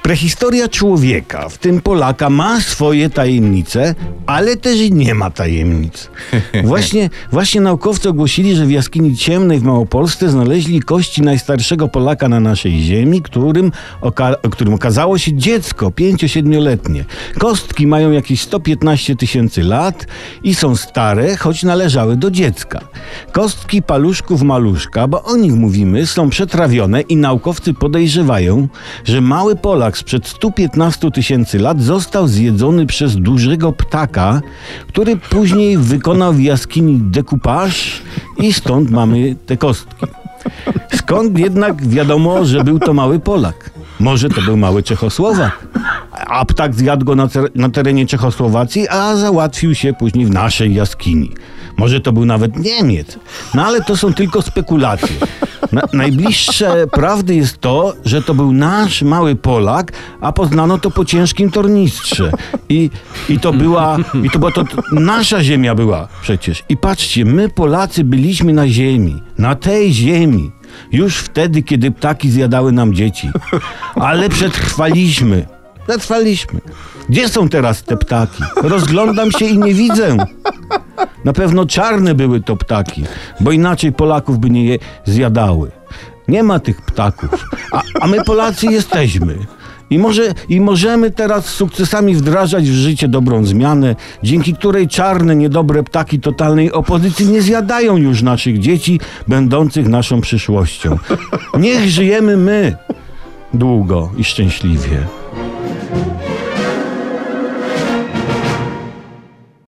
Prehistoria człowieka, w tym Polaka, ma swoje tajemnice, ale też i nie ma tajemnic. Właśnie naukowcy ogłosili, że w jaskini ciemnej w Małopolsce znaleźli kości najstarszego Polaka na naszej ziemi, którym okazało się dziecko 5-7-letnie. Kostki mają jakieś 115 000 lat i są stare, choć należały do dziecka. Kostki paluszków maluszka, bo o nich mówimy, są przetrawione i naukowcy podejrzewają, że mały Polak sprzed 115 000 lat został zjedzony przez dużego ptaka, który później wykonał w jaskini dekupaż i stąd mamy te kostki. Skąd jednak wiadomo, że był to mały Polak? Może to był mały Czechosłowak, a ptak zjadł go na terenie Czechosłowacji, a załatwił się później w naszej jaskini. Może to był nawet Niemiec. No ale to są tylko spekulacje. Najbliższe prawdy jest to, że to był nasz mały Polak, a poznano to po ciężkim tornistrze. I to nasza ziemia była przecież. I patrzcie, my Polacy byliśmy na ziemi, na tej ziemi, już wtedy, kiedy ptaki zjadały nam dzieci. Ale przetrwaliśmy. Gdzie są teraz te ptaki? Rozglądam się i nie widzę. Na pewno czarne były to ptaki, bo inaczej Polaków by nie je zjadały. Nie ma tych ptaków, a my Polacy jesteśmy. I możemy teraz z sukcesami wdrażać w życie dobrą zmianę, dzięki której czarne, niedobre ptaki totalnej opozycji nie zjadają już naszych dzieci, będących naszą przyszłością. Niech żyjemy my długo i szczęśliwie.